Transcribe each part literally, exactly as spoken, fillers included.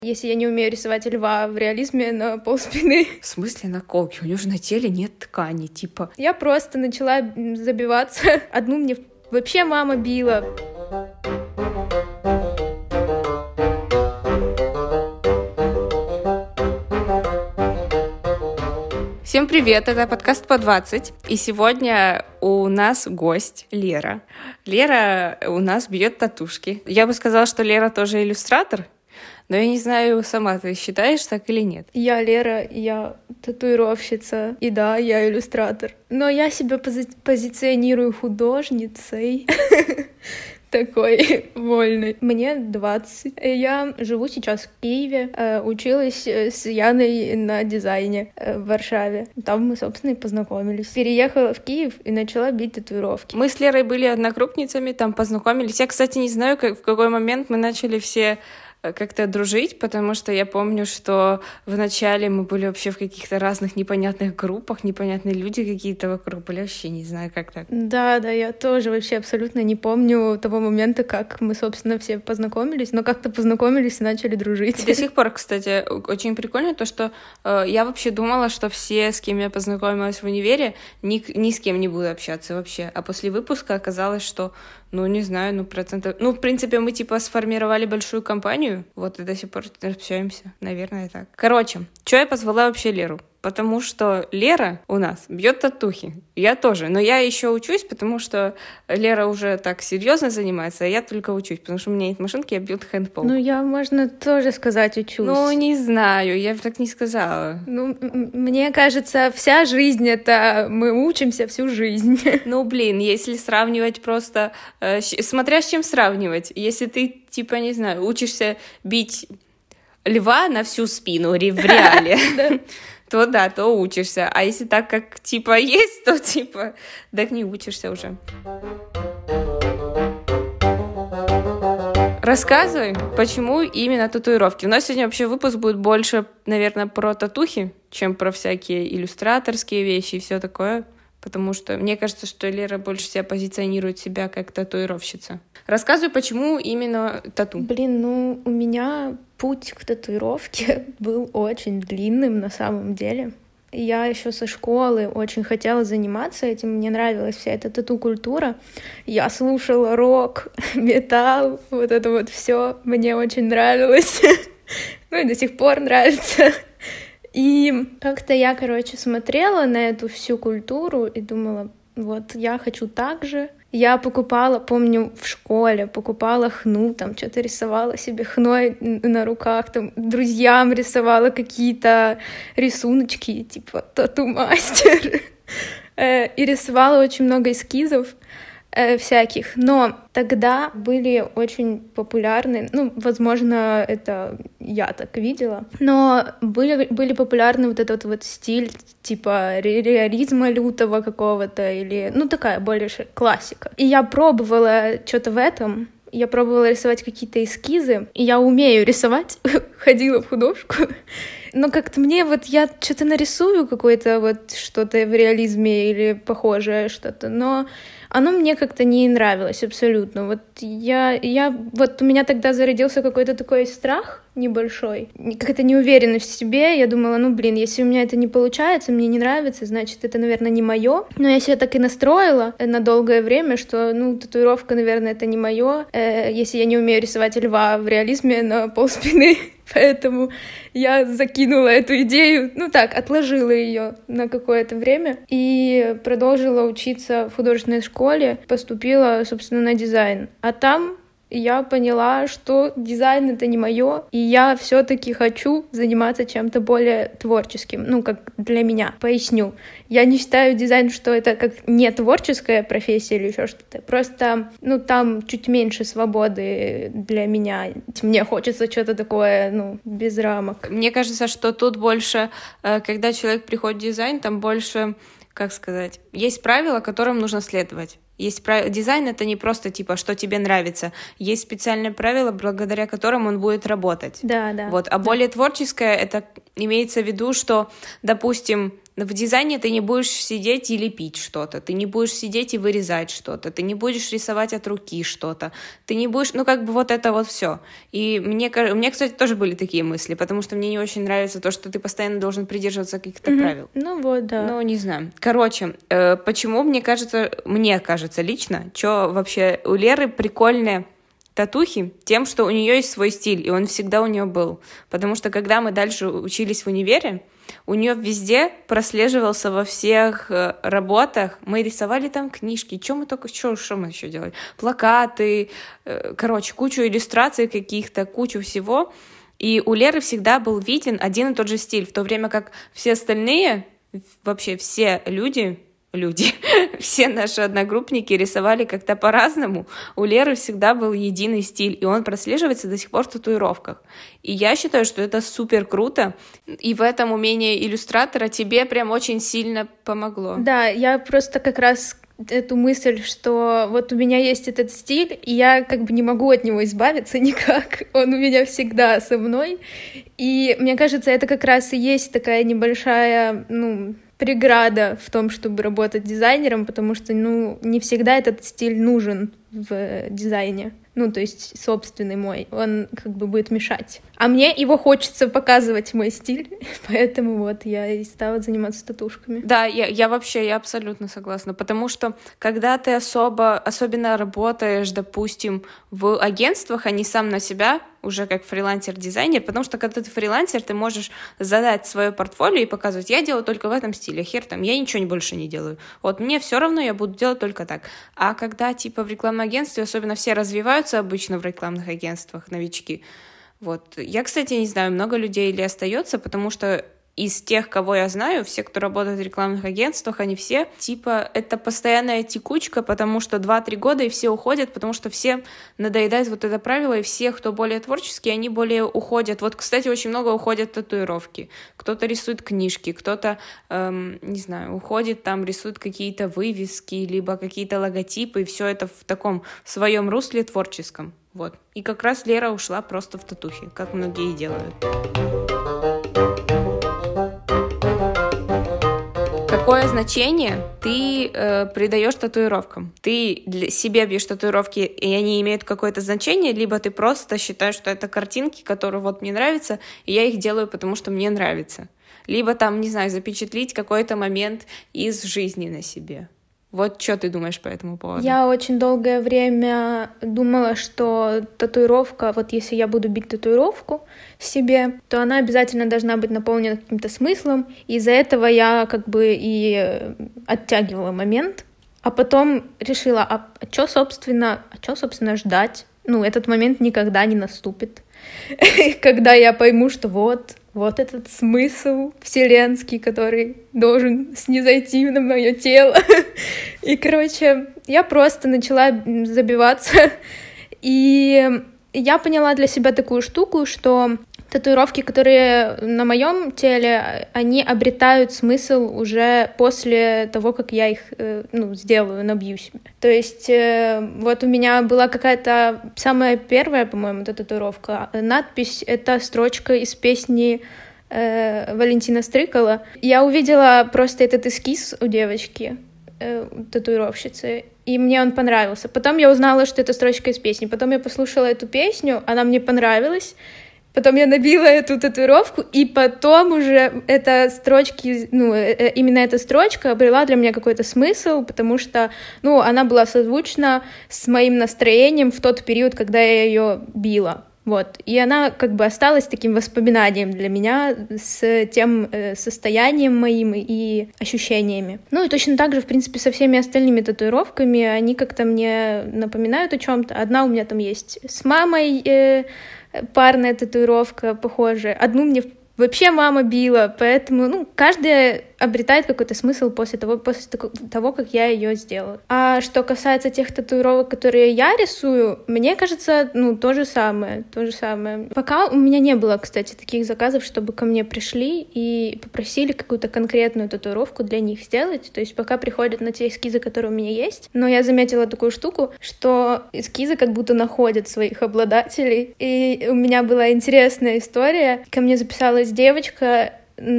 Если я не умею рисовать льва в реализме на полспины. В смысле наколки? У него же на теле нет ткани, типа. Я просто начала забиваться. Одну мне вообще мама била. Всем привет, это подкаст по двадцать, и сегодня у нас гость Лера. Лера у нас бьет татушки. Я бы сказала, что Лера тоже иллюстратор, но я не знаю, сама ты считаешь так или нет? Я Лера, я татуировщица, и да, я иллюстратор. Но я себя пози- позиционирую художницей. Такой вольный. Мне двадцать. Я живу сейчас в Киеве, училась с Яной на дизайне в Варшаве. Там мы, собственно, и познакомились. Переехала в Киев и начала бить татуировки. Мы с Лерой были однокрупницами, там познакомились. Я, кстати, не знаю, как, в какой момент мы начали все как-то дружить, потому что я помню, что вначале мы были вообще в каких-то разных непонятных группах, непонятные люди какие-то вокруг были, вообще не знаю, как так. Да, да, я тоже вообще абсолютно не помню того момента, как мы, собственно, все познакомились, но как-то познакомились и начали дружить. До сих пор, кстати, очень прикольно то, что э, я вообще думала, что все, с кем я познакомилась в универе, ни, ни с кем не буду общаться вообще, а после выпуска оказалось, что Ну, не знаю, ну, процентов... Ну, в принципе, мы, типа, сформировали большую компанию, вот, и до сих пор общаемся, наверное, так. Короче, что я позвала вообще Леру? Потому что Лера у нас бьет татухи. Я тоже. Но я еще учусь, потому что Лера уже так серьезно занимается, а я только учусь, потому что у меня нет машинки, я бью хэндпол. Ну, я, можно тоже сказать, учусь. Ну, не знаю, я бы так не сказала. Ну, м- мне кажется, вся жизнь — это мы учимся всю жизнь. Ну, блин, если сравнивать просто... Э, щ- смотря с чем сравнивать. Если ты, типа, не знаю, учишься бить льва на всю спину ре- в реале... то да, то учишься. А если так, как типа есть, то типа так не учишься уже. Рассказывай, почему именно татуировки. У нас сегодня вообще выпуск будет больше, наверное, про татухи, чем про всякие иллюстраторские вещи и все такое. Потому что мне кажется, что Лера больше себя позиционирует себя как татуировщица. Рассказывай, почему именно тату. Блин, ну у меня путь к татуировке был очень длинным на самом деле. Я еще со школы очень хотела заниматься этим, мне нравилась вся эта тату-культура. Я слушала рок, металл, вот это вот все мне очень нравилось. Ну и до сих пор нравится. И как-то я, короче, смотрела на эту всю культуру и думала, вот я хочу так же. Я покупала, помню, в школе, покупала хну, там что-то рисовала себе хной на руках, там друзьям рисовала какие-то рисуночки, типа тату-мастер. И рисовала очень много эскизов всяких, но тогда были очень популярны, ну, возможно, это я так видела, но были, были популярны вот этот вот стиль типа ре- реализма лютого какого-то или, ну, такая больше классика. И я пробовала что-то в этом, я пробовала рисовать какие-то эскизы, и я умею рисовать, ходила в художку, но как-то мне вот я что-то нарисую какое-то вот что-то в реализме или похожее что-то, но оно мне как-то не нравилось абсолютно. Вот я, я, вот у меня тогда зародился какой-то такой страх небольшой, какая-то неуверенность в себе. Я думала, ну, блин, если у меня это не получается, мне не нравится, значит, это, наверное, не мое. Но я себя так и настроила на долгое время, что, ну, татуировка, наверное, это не мое. Э, если я не умею рисовать льва в реализме на полспины, поэтому я закинула эту идею, ну так, отложила ее на какое-то время и продолжила учиться в художественной школе, поступила, собственно, на дизайн. А там я поняла, что дизайн — это не мое, и я все-таки хочу заниматься чем-то более творческим, ну, как для меня. Поясню. Я не считаю дизайн, что это как не творческая профессия или еще что-то. Просто, ну, там чуть меньше свободы для меня. Мне хочется что-то такое, ну, без рамок. Мне кажется, что тут больше, когда человек приходит в дизайн, там больше, как сказать, есть правила, которым нужно следовать. Есть прав... Дизайн — это не просто, типа, что тебе нравится. Есть специальные правила, благодаря которым он будет работать. Да, да. Вот. А да. более творческое — это имеется в виду, что, допустим, в дизайне ты не будешь сидеть и лепить что-то, ты не будешь сидеть и вырезать что-то, ты не будешь рисовать от руки что-то, ты не будешь, ну, как бы вот это вот все. И мне, у меня, кстати, тоже были такие мысли, потому что мне не очень нравится то, что ты постоянно должен придерживаться каких-то mm-hmm. правил. Ну вот, да. Ну, не знаю. Короче, э, почему, мне кажется, мне кажется лично, что вообще у Леры прикольные татухи тем, что у нее есть свой стиль, и он всегда у нее был. Потому что когда мы дальше учились в универе, у нее везде прослеживался во всех э, работах. Мы рисовали там книжки. Что мы только... Что мы еще делали? Плакаты. Э, короче, кучу иллюстраций каких-то, кучу всего. И у Леры всегда был виден один и тот же стиль, в то время как все остальные, вообще все люди... люди. Все наши одногруппники рисовали как-то по-разному. У Леры всегда был единый стиль, и он прослеживается до сих пор в татуировках. И я считаю, что это супер круто, и в этом умение иллюстратора тебе прям очень сильно помогло. Да, я просто как раз эту мысль, что вот у меня есть этот стиль, и я как бы не могу от него избавиться никак. Он у меня всегда со мной. И мне кажется, это как раз и есть такая небольшая, ну, преграда в том, чтобы работать дизайнером, потому что, ну, не всегда этот стиль нужен в дизайне. Ну, то есть собственный мой, он как бы будет мешать. А мне его хочется показывать, мой стиль, поэтому вот я и стала заниматься татушками. Да, я, я вообще, я абсолютно согласна, потому что когда ты особо, особенно работаешь, допустим, в агентствах, а не сам на себя, уже как фрилансер-дизайнер, потому что когда ты фрилансер, ты можешь задать свое портфолио и показывать, я делаю только в этом стиле, хер там, я ничего больше не делаю. Вот мне все равно, я буду делать только так. А когда типа в рекламном агентстве, особенно все развиваются обычно в рекламных агентствах, новички, вот. Я, кстати, не знаю, много людей или остается, потому что из тех, кого я знаю, все, кто работает в рекламных агентствах, они все, типа, это постоянная текучка, потому что два-три года, и все уходят, потому что всем надоедает вот это правило, и все, кто более творческие, они более уходят. Вот, кстати, очень много уходят татуировки. Кто-то рисует книжки, кто-то, эм, не знаю, уходит, там, рисует какие-то вывески, либо какие-то логотипы, и все это в таком в своем русле творческом. Вот. И как раз Лера ушла просто в татухи, как многие делают. Какое значение ты э, придаешь татуировкам? Ты для себе бьешь татуировки, и они имеют какое-то значение, либо ты просто считаешь, что это картинки, которые вот мне нравятся, и я их делаю, потому что мне нравится. Либо там, не знаю, запечатлить какой-то момент из жизни на себе. Вот что ты думаешь по этому поводу? Я очень долгое время думала, что татуировка, вот если я буду бить татуировку себе, то она обязательно должна быть наполнена каким-то смыслом. Из-за этого я как бы и оттягивала момент. А потом решила, а что, собственно, а что, собственно, ждать? Ну, этот момент никогда не наступит. Когда я пойму, что вот, вот этот смысл вселенский, который должен снизойти на мое тело. И, короче, я просто начала забиваться. И я поняла для себя такую штуку, что татуировки, которые на моем теле, они обретают смысл уже после того, как я их, ну, сделаю, набью себе. То есть вот у меня была какая-то самая первая, по-моему, эта татуировка. Надпись — это строчка из песни э, Валентина Стрыкала. Я увидела просто этот эскиз у девочки, э, татуировщицы, и мне он понравился. Потом я узнала, что это строчка из песни. Потом я послушала эту песню, она мне понравилась. Потом я набила эту татуировку, и потом уже эта строчки, ну, именно эта строчка обрела для меня какой-то смысл, потому что, ну, она была созвучна с моим настроением в тот период, когда я ее била. Вот. И она как бы осталась таким воспоминанием для меня с тем э, состоянием моим и ощущениями. Ну и точно так же, в принципе, со всеми остальными татуировками. Они как-то мне напоминают о чем-то. Одна у меня там есть с мамой, э, парная татуировка похожая. Одну мне вообще мама била, поэтому, ну, каждая обретает какой-то смысл после того, после того, как я ее сделаю. А что касается тех татуировок, которые я рисую, мне кажется, ну, то же самое, то же самое. Пока у меня не было, кстати, таких заказов, чтобы ко мне пришли и попросили какую-то конкретную татуировку для них сделать. То есть пока приходят на те эскизы, которые у меня есть. Но я заметила такую штуку, что эскизы как будто находят своих обладателей. И у меня была интересная история. Ко мне записалась девочка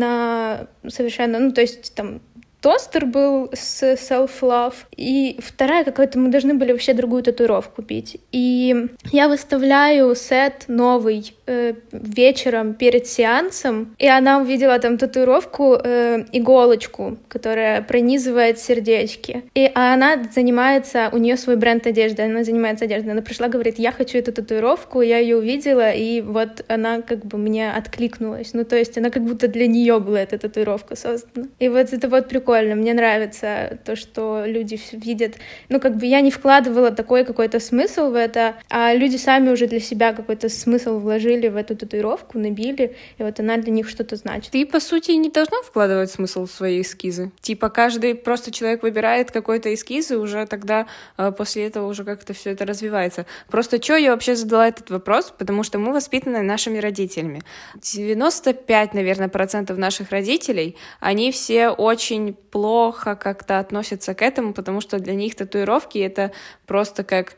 на совершенно, ну, то есть там тостер был с self-love, и вторая какая-то, мы должны были вообще другую татуировку купить. И я выставляю сет новый э, вечером перед сеансом, и она увидела там татуировку, э, иголочку, которая пронизывает сердечки. И а она занимается, у нее свой бренд одежды, она занимается одеждой. Она пришла, говорит, я хочу эту татуировку, я ее увидела, и вот она как бы мне откликнулась. Ну, то есть она как будто для нее была эта татуировка создана. И вот это вот прикольно. Мне нравится то, что люди видят. Ну, как бы я не вкладывала такой какой-то смысл в это, а люди сами уже для себя какой-то смысл вложили в эту татуировку, набили, и вот она для них что-то значит. Ты, по сути, не должна вкладывать смысл в свои эскизы. Типа каждый просто человек выбирает какой-то эскиз, и уже тогда э, после этого уже как-то все это развивается. Просто что я вообще задала этот вопрос? Потому что мы воспитаны нашими родителями. девяносто пять, наверное, процентов наших родителей, они все очень плохо как-то относятся к этому, потому что для них татуировки — это просто как,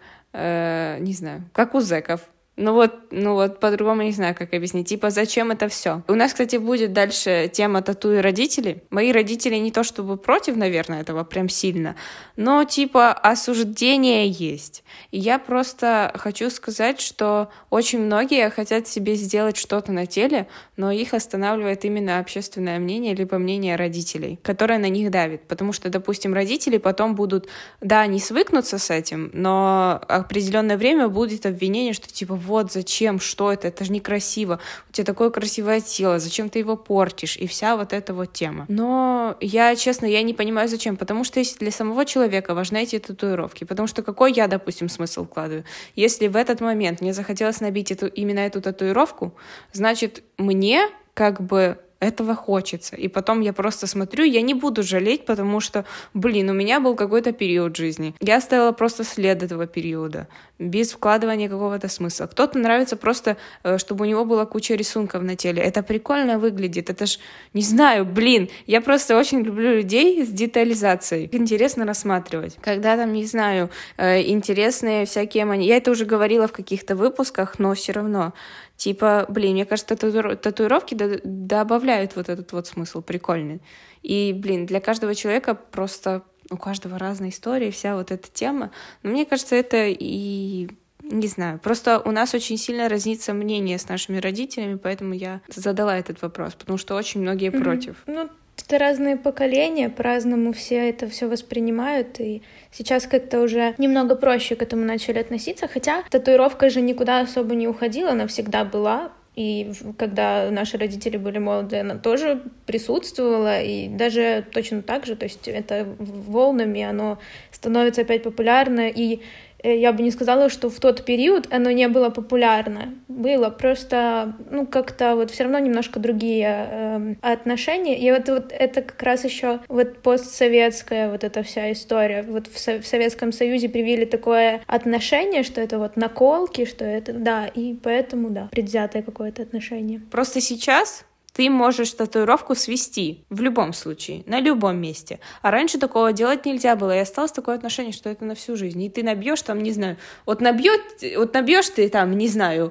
э, не знаю, как у зэков. Ну вот, ну вот, по-другому не знаю, как объяснить. Типа, зачем это все? У нас, кстати, будет дальше тема тату и родители. Мои родители не то чтобы против, наверное, этого прям сильно, но типа осуждение есть. И я просто хочу сказать, что очень многие хотят себе сделать что-то на теле, но их останавливает именно общественное мнение, либо мнение родителей, которое на них давит. Потому что, допустим, родители потом будут, да, не свыкнуться с этим, но определенное время будет обвинение, что типа вот зачем, что это, это же некрасиво, у тебя такое красивое тело, зачем ты его портишь, и вся вот эта вот тема. Но я, честно, я не понимаю, зачем, потому что если для самого человека важны эти татуировки, потому что какой я, допустим, смысл вкладываю? Если в этот момент мне захотелось набить эту, именно эту татуировку, значит, мне как бы этого хочется. И потом я просто смотрю, я не буду жалеть, потому что, блин, у меня был какой-то период жизни. Я оставила просто след этого периода, без вкладывания какого-то смысла. Кто-то нравится просто, чтобы у него была куча рисунков на теле. Это прикольно выглядит. Это ж, не знаю, блин, я просто очень люблю людей с детализацией. Интересно рассматривать. Когда там, не знаю, интересные всякие... Я это уже говорила в каких-то выпусках, но все равно. Типа, блин, мне кажется, тату... татуировки д- добавляют вот этот вот смысл прикольный. И, блин, для каждого человека просто... У каждого разная история, вся вот эта тема. Но мне кажется, это и... Не знаю, просто у нас очень сильно разнится мнение с нашими родителями, поэтому я задала этот вопрос, потому что очень многие mm-hmm. против. Ну, это разные поколения, по-разному все это все воспринимают, и сейчас как-то уже немного проще к этому начали относиться, хотя татуировка же никуда особо не уходила, она всегда была, и когда наши родители были молоды, она тоже присутствовала, и даже точно так же, то есть это волнами, оно становится опять популярно, и я бы не сказала, что в тот период оно не было популярно. Было просто, ну, как-то вот все равно немножко другие э, отношения. И вот, вот это как раз еще вот постсоветская вот эта вся история. Вот в, Со- в Советском Союзе привили такое отношение, что это вот наколки, что это, да, и поэтому, да, предвзятое какое-то отношение. Просто сейчас... Ты можешь татуировку свести в любом случае, на любом месте. А раньше такого делать нельзя было, и осталось такое отношение, что это на всю жизнь. И ты набьешь там, не знаю, вот набьет, вот набьешь ты там, не знаю,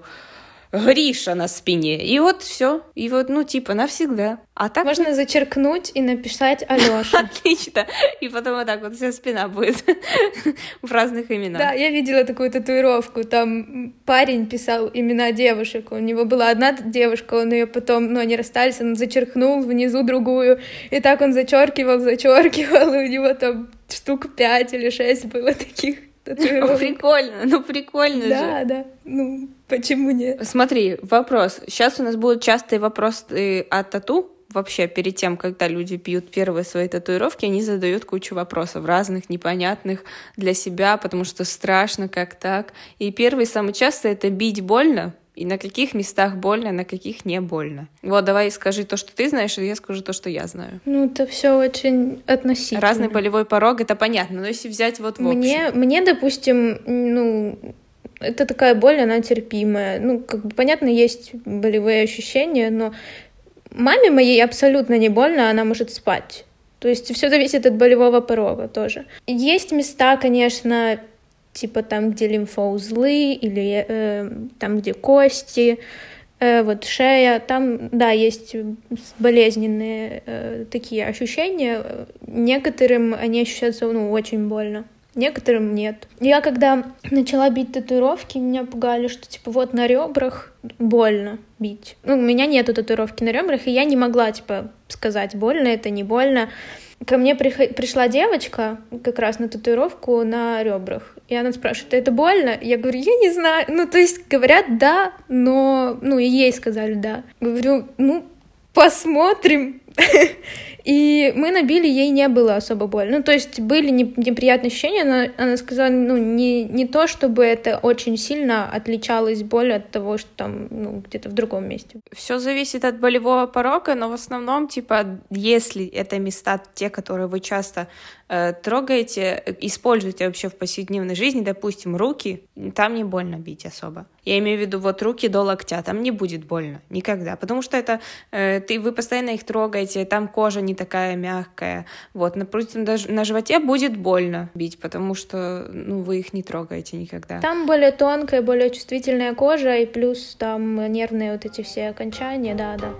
Гриша на спине, и вот все, и вот, ну, типа, навсегда. А так... Можно зачеркнуть и написать Алёша. Отлично. И потом вот так вот вся спина будет в разных именах. Да, я видела такую татуировку, там парень писал имена девушек, у него была одна девушка, он ее потом, ну, они расстались, он зачеркнул внизу другую, и так он зачеркивал, зачеркивал, и у него там штук пять или шесть было таких. Ну, прикольно, ну прикольно да, же. Да, да, ну почему нет? Смотри, вопрос. Сейчас у нас будут частые вопросы о тату. Вообще, перед тем, когда люди пьют первые свои татуировки, они задают кучу вопросов разных, непонятных для себя, потому что страшно, как так. И первый, самый частый — это бить больно. И на каких местах больно, на каких не больно. Вот, давай скажи то, что ты знаешь, и я скажу то, что я знаю. Ну, это все очень относительно. Разный болевой порог, это понятно, но если взять вот в мне, общем... Мне, допустим, ну, это такая боль, она терпимая. Ну, как бы, понятно, есть болевые ощущения, но маме моей абсолютно не больно, она может спать. То есть все зависит от болевого порога тоже. Есть места, конечно, типа там, где лимфоузлы или э, там, где кости, э, вот шея, там, да, есть болезненные э, такие ощущения. Некоторым они ощущаются, ну, очень больно, некоторым нет. Я когда начала бить татуировки, меня пугали, что типа вот на ребрах больно бить. Ну, у меня нету татуировки на ребрах, и я не могла, типа, сказать, больно это, не больно. Ко мне приход... пришла девочка как раз на татуировку на ребрах, и она спрашивает: это больно? Я говорю: я не знаю. Ну, то есть говорят да, но... Ну, и ей сказали да. Говорю: ну, посмотрим. И мы набили, ей не было особо больно. Ну, то есть были неприятные ощущения, но она сказала, ну, не, не то, чтобы это очень сильно отличалась боль от того, что там, ну, где-то в другом месте. Все зависит от болевого порога, но в основном, типа, если это места, те, которые вы часто э, трогаете, используете вообще в повседневной жизни, допустим, руки, там не больно бить особо. Я имею в виду вот руки до локтя, там не будет больно никогда, потому что это э, ты, вы постоянно их трогаете, там кожа не такая мягкая, вот, допустим, даже на животе будет больно бить, потому что, ну, вы их не трогаете никогда. Там более тонкая, более чувствительная кожа, и плюс там нервные вот эти все окончания, да-да.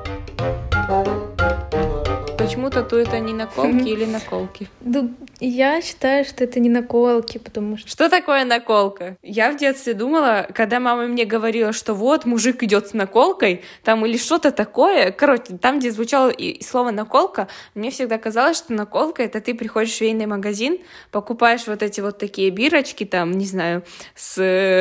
Почему тату это не наколки или наколки? Да, я считаю, что это не наколки, потому что... Что такое наколка? Я в детстве думала, когда мама мне говорила, что вот мужик идет с наколкой, там или что-то такое, короче, там, где звучало и слово наколка, мне всегда казалось, что наколка — это ты приходишь в швейный магазин, покупаешь вот эти вот такие бирочки, там, не знаю, с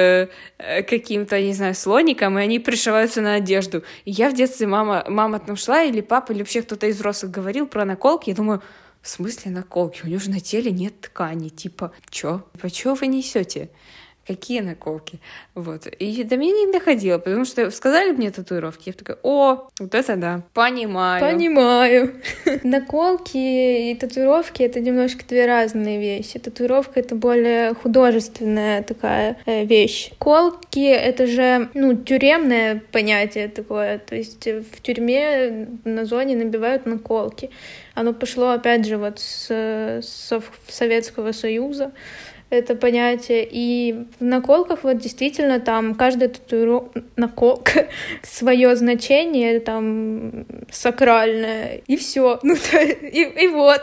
э, каким-то, не знаю, слоником, и они пришиваются на одежду. И я в детстве, мама, мама там шла, или папа, или вообще кто-то из взрослых говорил про наколки, я думаю, в смысле наколки? У него же на теле нет ткани, типа, чё? Типа, чё вы несете? Какие наколки? Вот. И до меня не доходило, потому что сказали мне татуировки, я такая: о, вот это да, понимаю. Понимаю. Наколки и татуировки — это немножко две разные вещи. Татуировка — это более художественная такая э, вещь. Колки — это же, ну, тюремное понятие такое, то есть в тюрьме на зоне набивают наколки. Оно пошло, опять же, вот с, с Советского Союза, это понятие. И в наколках вот действительно там каждая татуировка, наколка, свое значение там сакральное, и все. Ну, то, и, и вот.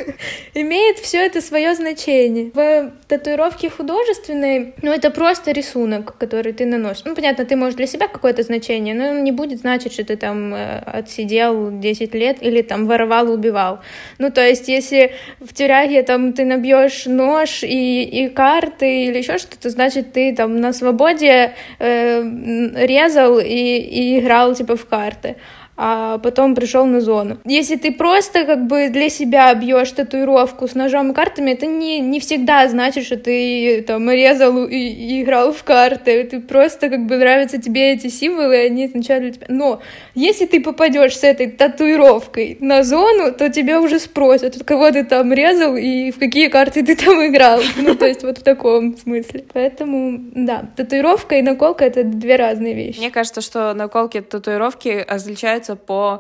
Имеет все это свое значение. В татуировке художественной, ну, это просто рисунок, который ты наносишь. Ну, понятно, ты можешь для себя какое-то значение, но он не будет значить, что ты там отсидел десять лет или там воровал, убивал. Ну, то есть, если в тюряге там ты набьешь нож и, и карты или еще что-то, значит, ты там на свободе э, резал и, и играл типа в карты, а потом пришел на зону. Если ты просто как бы для себя бьешь татуировку с ножом и картами, это не, не всегда значит, что ты там резал и, и играл в карты. Ты просто как бы нравятся тебе эти символы, они означают для тебя. Но если ты попадешь с этой татуировкой на зону, то тебя уже спросят, кого ты там резал и в какие карты ты там играл. Ну, то есть вот в таком смысле. Поэтому, да, татуировка и наколка — это две разные вещи. Мне кажется, что наколки и татуировки различаются по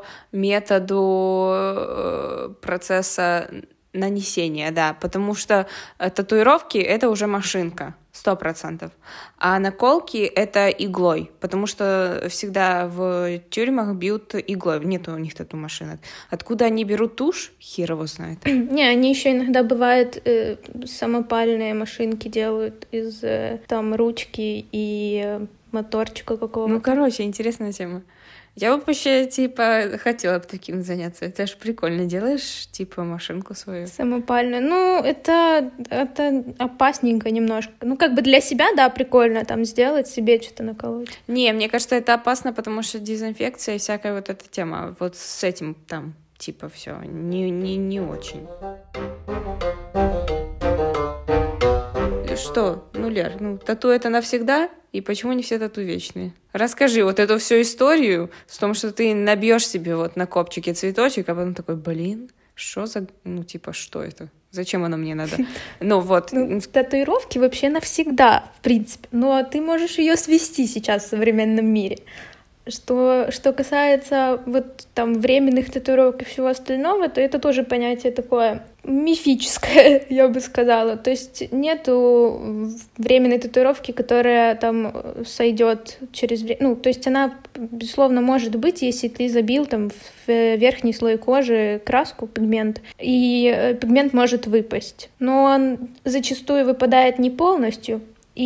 методу процесса нанесения, да, потому что татуировки — это уже машинка, сто процентов, а наколки — это иглой, потому что всегда в тюрьмах бьют иглой, нет у них тату-машинок. Откуда они берут тушь, хер его знает. Не, они еще иногда бывают э, самопальные машинки делают из э, там ручки и э, моторчика какого-то. Ну, короче, интересная тема. Я бы вообще, типа, хотела бы таким заняться. Это же прикольно. Делаешь, типа, машинку свою. Самопальную. Ну, это, это опасненько немножко. Ну, как бы для себя, да, прикольно там сделать, себе что-то наколоть. Не, мне кажется, это опасно, потому что дезинфекция и всякая вот эта тема. Вот с этим там, типа, все не, не, не очень. что? Ну, Лер, ну, тату это навсегда? И почему не все тату вечные? Расскажи вот эту всю историю с том, что ты набьешь себе вот на копчике цветочек, а потом такой, блин, что за... Ну, типа, что это? Зачем оно мне надо? Ну, вот. Ну, татуировки вообще навсегда, в принципе. Но ты можешь ее свести сейчас в современном мире. Что, что касается вот там временных татуировок и всего остального, то это тоже понятие такое мифическое, я бы сказала. То есть нету временной татуировки, которая там сойдет через время. Ну, то есть она, безусловно, может быть, если ты забил там в верхний слой кожи краску, пигмент, и пигмент может выпасть. Но он зачастую выпадает не полностью,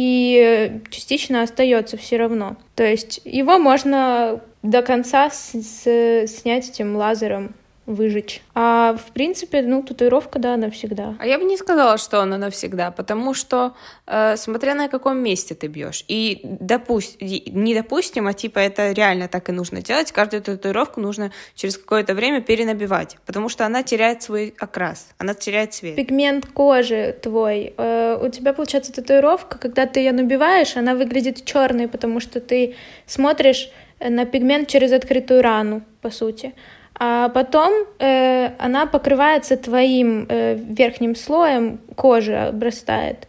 и частично остается все равно. То есть его можно до конца с- с- снять этим лазером, выжечь. А в принципе, ну, татуировка, да, навсегда. А я бы не сказала, что она навсегда, потому что, э, смотря на каком месте ты бьешь. И допустим, не допустим, а типа это реально так и нужно делать. Каждую татуировку нужно через какое-то время перенабивать, потому что она теряет свой окрас, она теряет цвет. Пигмент кожи твой. Э, у тебя получается татуировка, когда ты ее набиваешь, она выглядит черной, потому что ты смотришь на пигмент через открытую рану, по сути. А потом э, она покрывается твоим э, верхним слоем, кожа обрастает.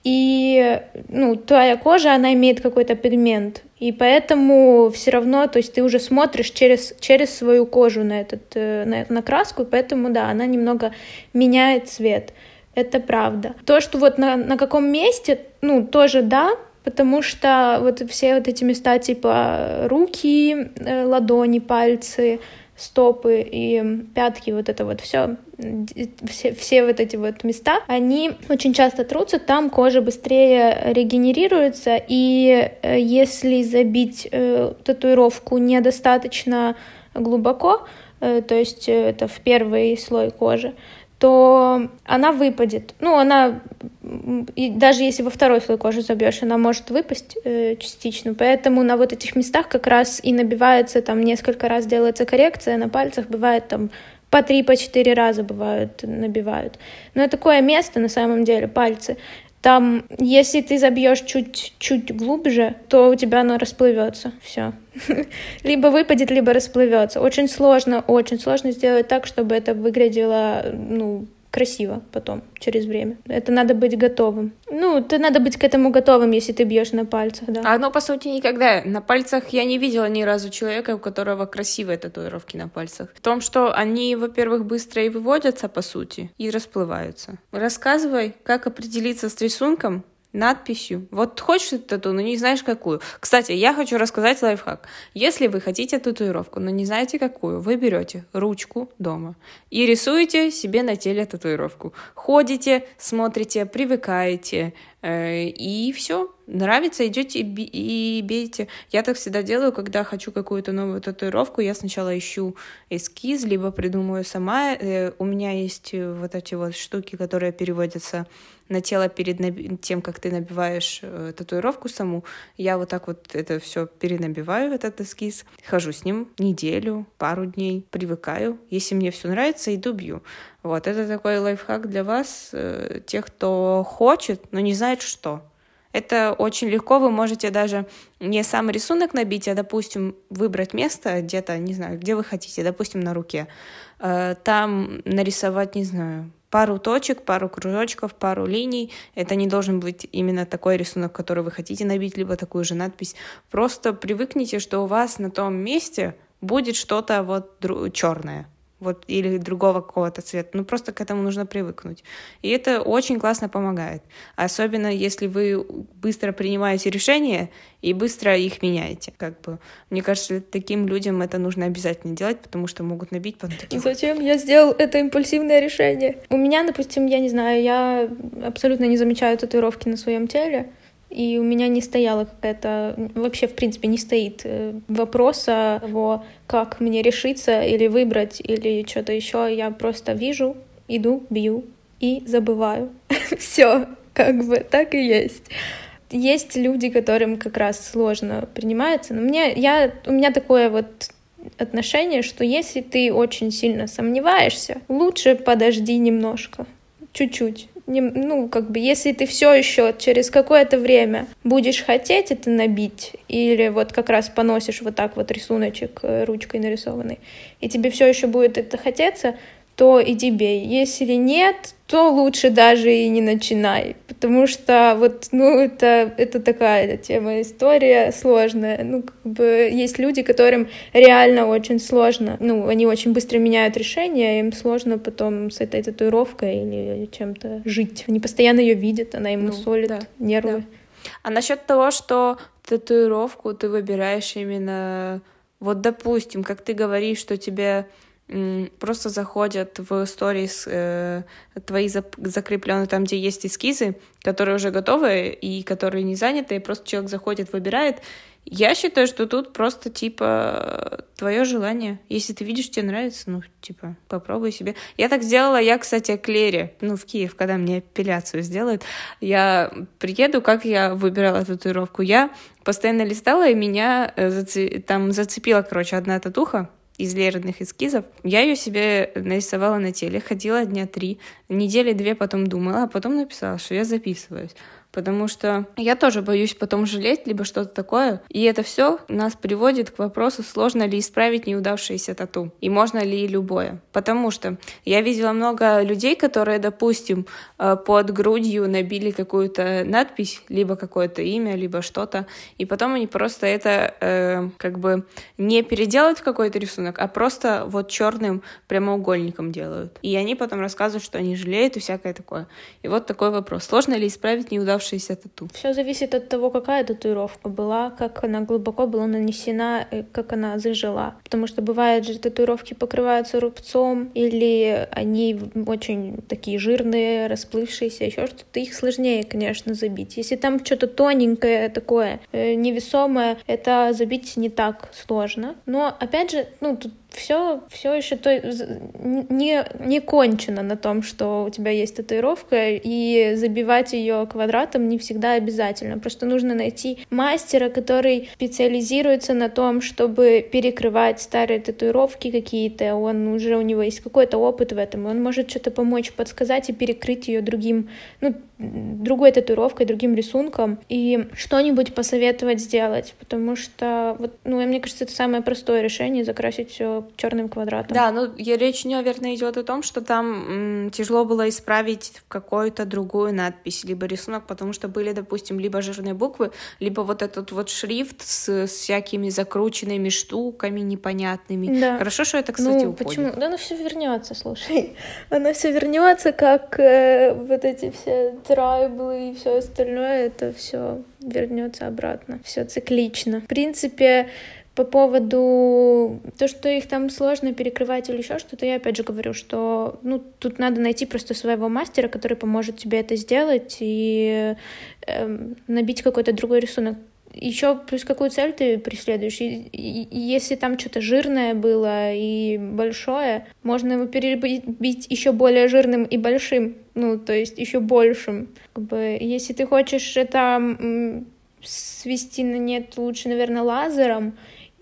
И ну, твоя кожа, она имеет какой-то пигмент. И поэтому все равно, то есть ты уже смотришь через, через свою кожу на, этот, э, на, на краску, и поэтому, да, она немного меняет цвет. Это правда. То, что вот на, на каком месте, ну, тоже да, потому что вот все вот эти места, типа руки, э, ладони, пальцы, стопы и пятки, вот это вот все, все, все вот эти вот места, они очень часто трутся, там кожа быстрее регенерируется, и если забить э, татуировку недостаточно глубоко, э, то есть это в первый слой кожи, то она выпадет. Ну, она, и даже если во второй слой кожи забьешь, она может выпасть э, частично. Поэтому на вот этих местах как раз и набивается, там несколько раз делается коррекция, на пальцах бывает там по три, по четыре раза бывают, набивают. Но такое место, на самом деле, пальцы. Там, если ты забьешь чуть-чуть глубже, то у тебя оно расплывется. Все. Либо выпадет, либо расплывется. Очень сложно, очень сложно сделать так, чтобы это выглядело, ну, красиво потом, через время. Это надо быть готовым. Ну, это надо быть к этому готовым, если ты бьешь на пальцах, да. А оно, по сути, никогда. На пальцах я не видела ни разу человека, у которого красивые татуировки на пальцах. В том, что они, во-первых, быстро и выводятся, по сути, и расплываются. Рассказывай, как определиться с рисунком, надписью. Вот хочешь ты тату, но не знаешь какую. Кстати, я хочу рассказать лайфхак. Если вы хотите татуировку, но не знаете какую, вы берете ручку дома и рисуете себе на теле татуировку. Ходите, смотрите, привыкаете, э, и все. Нравится, идете и, би- и бейте. Я так всегда делаю, когда хочу какую-то новую татуировку. Я сначала ищу эскиз, либо придумываю сама. Э, у меня есть вот эти вот штуки, которые переводятся на тело перед наби- тем, как ты набиваешь э, татуировку саму. Я вот так вот это все перенабиваю, этот эскиз. Хожу с ним неделю, пару дней, привыкаю. Если мне все нравится, иду бью. Вот, это такой лайфхак для вас, э, тех, кто хочет, но не знает, что. Это очень легко, вы можете даже не сам рисунок набить, а, допустим, выбрать место где-то, не знаю, где вы хотите, допустим, на руке. Э, Там нарисовать, не знаю, пару точек, пару кружочков, пару линий. Это не должен быть именно такой рисунок, который вы хотите набить, либо такую же надпись. Просто привыкните, что у вас на том месте будет что-то вот дру- черное. Вот, или другого какого-то цвета. Ну, просто к этому нужно привыкнуть. И это очень классно помогает. Особенно, если вы быстро принимаете решения и быстро их меняете. Как бы. Мне кажется, таким людям это нужно обязательно делать, потому что могут набить потом таких... Зачем я сделал это импульсивное решение? У меня, допустим, я не знаю, я абсолютно не замечаю татуировки на своем теле. И у меня не стояла какая-то... Вообще, в принципе, не стоит э, вопроса того, как мне решиться или выбрать, или что-то еще. Я просто вижу, иду, бью и забываю. Все, как бы так и есть. Есть люди, которым как раз сложно принимается. Но мне, я, у меня такое вот отношение, что если ты очень сильно сомневаешься, лучше подожди немножко. Чуть-чуть, не, ну, как бы, если ты все еще через какое-то время будешь хотеть это набить, или вот как раз поносишь вот так вот рисуночек ручкой нарисованный, и тебе все еще будет это хотеться, то иди бей. Если нет, то лучше даже и не начинай, потому что вот, ну, это, это такая тема, история сложная. Ну, как бы есть люди, которым реально очень сложно, ну, они очень быстро меняют решения, им сложно потом с этой татуировкой или чем-то жить. Они постоянно ее видят, она им мусолит ну, да, нервы. Да. А насчет того, что татуировку ты выбираешь именно, вот, допустим, как ты говоришь, что тебе просто заходят в сторис э, твои зап- закрепленные там, где есть эскизы, которые уже готовы и которые не заняты, и просто человек заходит, выбирает. Я считаю, что тут просто, типа, твое желание. Если ты видишь, тебе нравится, ну, типа, попробуй себе. Я так сделала, я, кстати, к Лере, ну, в Киев, когда мне эпиляцию сделают, я приеду, как я выбирала татуировку. Я постоянно листала, и меня зац... там зацепила, короче, одна татуха из Лериных эскизов. Я ее себе нарисовала на теле, ходила дня три, недели две потом думала, а потом написала, что я записываюсь. Потому что я тоже боюсь потом жалеть, либо что-то такое. И это все нас приводит к вопросу, сложно ли исправить неудавшееся тату. И можно ли любое. Потому что я видела много людей, которые, допустим, под грудью набили какую-то надпись, либо какое-то имя, либо что-то. И потом они просто это э, как бы не переделают в какой-то рисунок, а просто вот черным прямоугольником делают. И они потом рассказывают, что они жалеют и всякое такое. И вот такой вопрос. Сложно ли исправить неудавшееся тату? Все зависит от того, какая татуировка была, как она глубоко была нанесена, как она зажила. Потому что бывает же, татуировки покрываются рубцом, или они очень такие жирные, расплывшиеся, еще что-то. Их сложнее, конечно, забить. Если там что-то тоненькое такое, невесомое, это забить не так сложно. Но, опять же, ну, тут все, все еще то, не, не кончено на том, что у тебя есть татуировка, и забивать ее квадратом не всегда обязательно. Просто нужно найти мастера, который специализируется на том, чтобы перекрывать старые татуировки какие-то. Он уже, у него есть какой-то опыт в этом, и он может что-то помочь, подсказать и перекрыть ее другим, ну, другой татуировкой, другим рисунком, и что-нибудь посоветовать сделать, потому что, вот, ну, мне кажется, это самое простое решение — закрасить все черным квадратом. Да, ну, речь, наверное, идет о том, что там м, тяжело было исправить какую-то другую надпись, либо рисунок, потому что были, допустим, либо жирные буквы, либо вот этот вот шрифт с, с всякими закрученными штуками непонятными. Да. Хорошо, что это, кстати, ну, уходит. Почему? Да, оно все вернется, слушай. Оно все вернется, как э, вот эти все трайблы и все остальное, это все вернется обратно. Все циклично. В принципе, по поводу то, что их там сложно перекрывать или еще что-то, я опять же говорю, что ну, тут надо найти просто своего мастера, который поможет тебе это сделать и э, набить какой-то другой рисунок. Еще плюс какую цель ты преследуешь. И, и, и если там что-то жирное было и большое, можно его перебить еще более жирным и большим, ну, то есть еще большим. Как бы, если ты хочешь это м, свести на нет, лучше, наверное, лазером.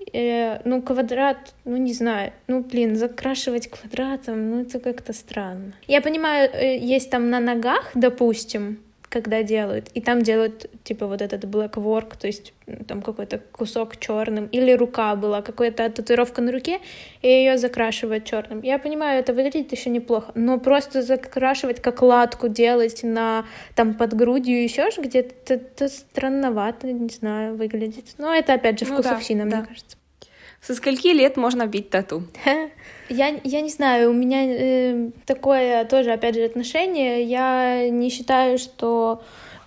Э, ну, квадрат, ну, не знаю. Ну, блин, закрашивать квадратом, ну, это как-то странно. Я понимаю, есть там на ногах, допустим, когда делают, и там делают, типа, вот этот black work, то есть там какой-то кусок черным, или рука была, какая-то татуировка на руке, и ее закрашивают черным. Я понимаю, это выглядит еще неплохо, но просто закрашивать, как латку делать на, там, под грудью, еще ж где-то, это странновато, не знаю, выглядит. Но это, опять же, вкусовщина, ну, да, мне да. кажется. Со скольки лет можно бить тату? Я, я не знаю, у меня э, такое тоже, опять же, отношение. Я не считаю, что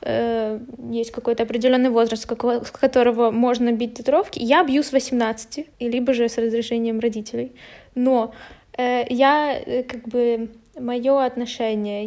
э, есть какой-то определенный возраст, с которого можно бить татуировки. Я бью с восемнадцати, либо же с разрешением родителей. Но э, я, э, как бы, мое отношение,